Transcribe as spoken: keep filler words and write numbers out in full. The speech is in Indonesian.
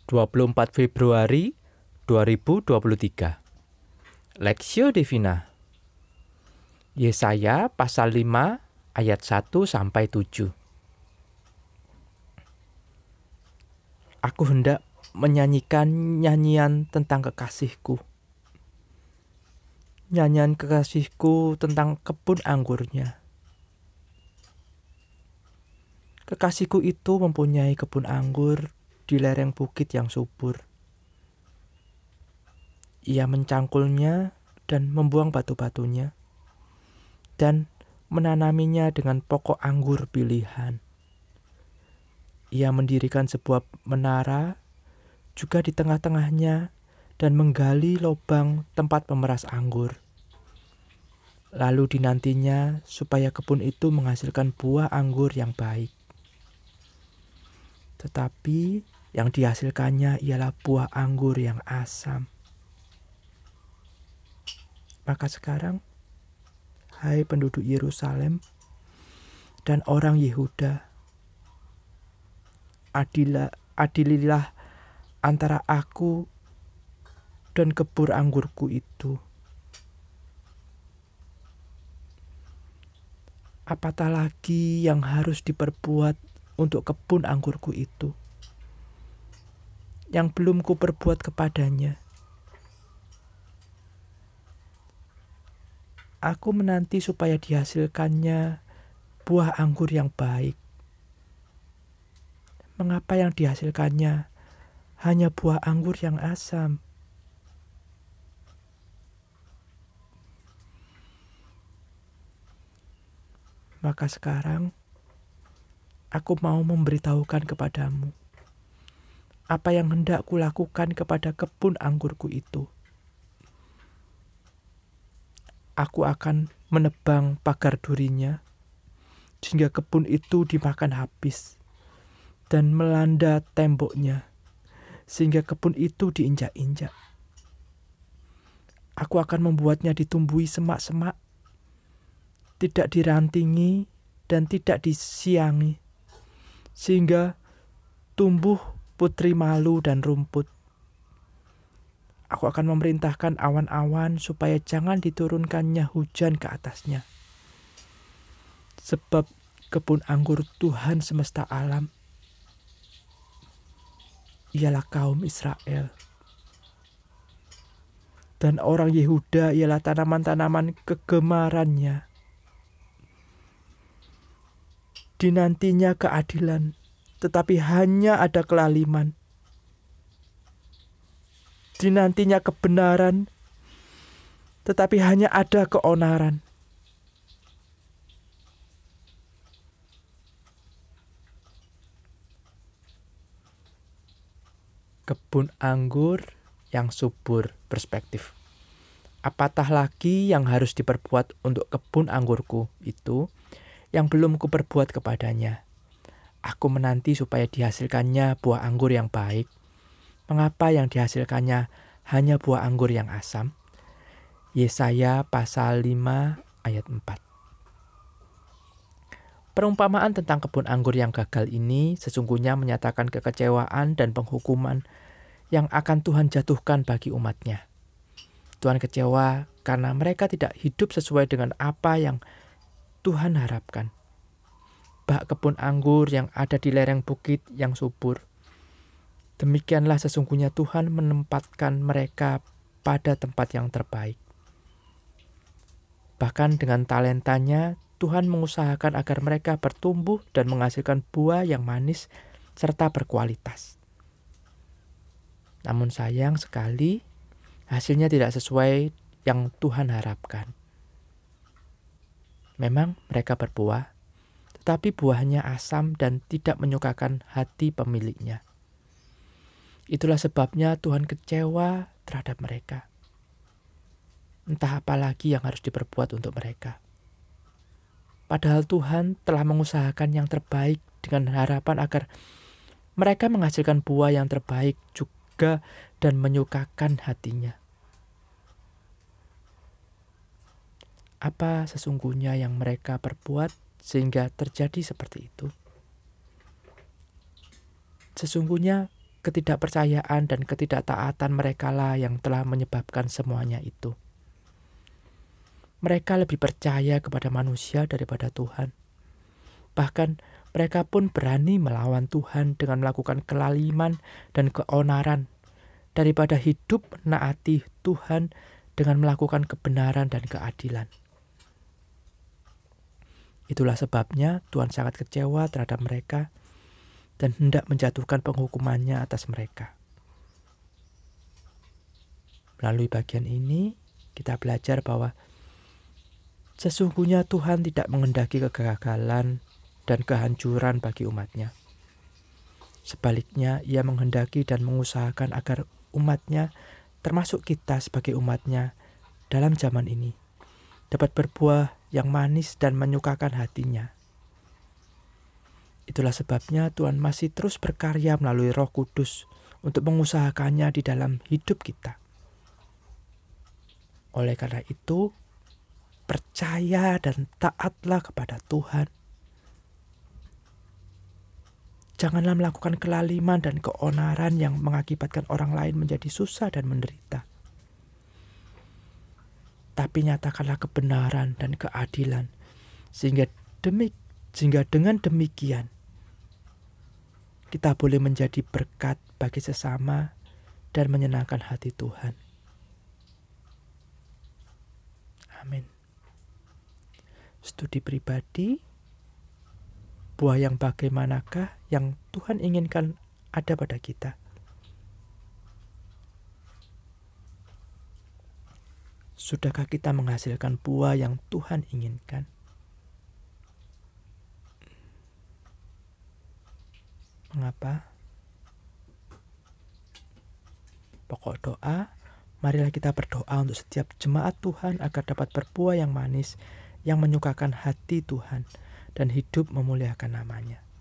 dua puluh empat Februari dua ribu dua puluh tiga. Lexio Divina. Yesaya pasal lima ayat satu sampai tujuh. Aku hendak menyanyikan nyanyian tentang kekasihku. Nyanyian kekasihku tentang kebun anggurnya. Kekasihku itu mempunyai kebun anggur di lereng bukit yang subur. Ia mencangkulnya dan membuang batu-batunya, dan menanaminya dengan pokok anggur pilihan. Ia mendirikan sebuah menara juga di tengah-tengahnya dan menggali lubang tempat pemeras anggur. Lalu dinantinya supaya kebun itu menghasilkan buah anggur yang baik. Tetapi yang dihasilkannya ialah buah anggur yang asam. Maka sekarang, hai penduduk Yerusalem dan orang Yehuda, adilah, adililah antara aku dan kebun anggurku itu. Apatah lagi yang harus diperbuat untuk kebun anggurku itu, yang belum kuperbuat kepadanya? Aku menanti supaya dihasilkannya buah anggur yang baik. Mengapa yang dihasilkannya hanya buah anggur yang asam? Maka sekarang aku mau memberitahukan kepadamu apa yang hendak kulakukan kepada kebun anggurku itu. Aku akan menebang pagar durinya, sehingga kebun itu dimakan habis, dan melanda temboknya, sehingga kebun itu diinjak-injak. Aku akan membuatnya ditumbuhi semak-semak, tidak dirantingi dan tidak disiangi, sehingga tumbuh putri malu dan rumput. Aku akan memerintahkan awan-awan supaya jangan diturunkannya hujan ke atasnya. Sebab kebun anggur Tuhan semesta alam ialah kaum Israel. Dan orang Yehuda ialah tanaman-tanaman kegemarannya. Dinantinya keadilan, tetapi hanya ada kelaliman. Dinantinya kebenaran, tetapi hanya ada keonaran. Kebun anggur yang subur perspektif. Apatah lagi yang harus diperbuat untuk kebun anggurku itu yang belum kuperbuat kepadanya? Aku menanti supaya dihasilkannya buah anggur yang baik. Mengapa yang dihasilkannya hanya buah anggur yang asam? Yesaya pasal lima ayat empat. Perumpamaan tentang kebun anggur yang gagal ini sesungguhnya menyatakan kekecewaan dan penghukuman yang akan Tuhan jatuhkan bagi umatnya. Tuhan kecewa karena mereka tidak hidup sesuai dengan apa yang Tuhan harapkan. Bak kebun anggur yang ada di lereng bukit yang subur. Demikianlah sesungguhnya Tuhan menempatkan mereka pada tempat yang terbaik. Bahkan dengan talentanya, Tuhan mengusahakan agar mereka bertumbuh dan menghasilkan buah yang manis serta berkualitas. Namun sayang sekali, hasilnya tidak sesuai yang Tuhan harapkan. Memang mereka berbuah, tetapi buahnya asam dan tidak menyukakan hati pemiliknya. Itulah sebabnya Tuhan kecewa terhadap mereka. Entah apa lagi yang harus diperbuat untuk mereka. Padahal Tuhan telah mengusahakan yang terbaik dengan harapan agar mereka menghasilkan buah yang terbaik juga dan menyukakan hatinya. Apa sesungguhnya yang mereka perbuat sehingga terjadi seperti itu? Sesungguhnya ketidakpercayaan dan ketidaktaatan mereka lah yang telah menyebabkan semuanya itu. Mereka lebih percaya kepada manusia daripada Tuhan. Bahkan mereka pun berani melawan Tuhan dengan melakukan kelaliman dan keonaran daripada hidup menaati Tuhan dengan melakukan kebenaran dan keadilan. Itulah sebabnya Tuhan sangat kecewa terhadap mereka dan hendak menjatuhkan penghukumannya atas mereka. Melalui bagian ini, kita belajar bahwa sesungguhnya Tuhan tidak menghendaki kegagalan dan kehancuran bagi umatnya. Sebaliknya, Ia menghendaki dan mengusahakan agar umatnya, termasuk kita sebagai umatnya dalam zaman ini, dapat berbuah yang manis dan menyukakan hatinya. Itulah sebabnya Tuhan masih terus berkarya melalui Roh Kudus untuk mengusahakannya di dalam hidup kita. Oleh karena itu, percaya dan taatlah kepada Tuhan. Janganlah melakukan kelaliman dan keonaran yang mengakibatkan orang lain menjadi susah dan menderita. Tapi nyatakanlah kebenaran dan keadilan, sehingga demi, sehingga dengan demikian kita boleh menjadi berkat bagi sesama dan menyenangkan hati Tuhan. Amin. Studi pribadi, buah yang bagaimanakah yang Tuhan inginkan ada pada kita? Sudahkah kita menghasilkan buah yang Tuhan inginkan? Mengapa? Pokok doa, marilah kita berdoa untuk setiap jemaat Tuhan agar dapat berbuah yang manis, yang menyukakan hati Tuhan, dan hidup memuliakan namanya.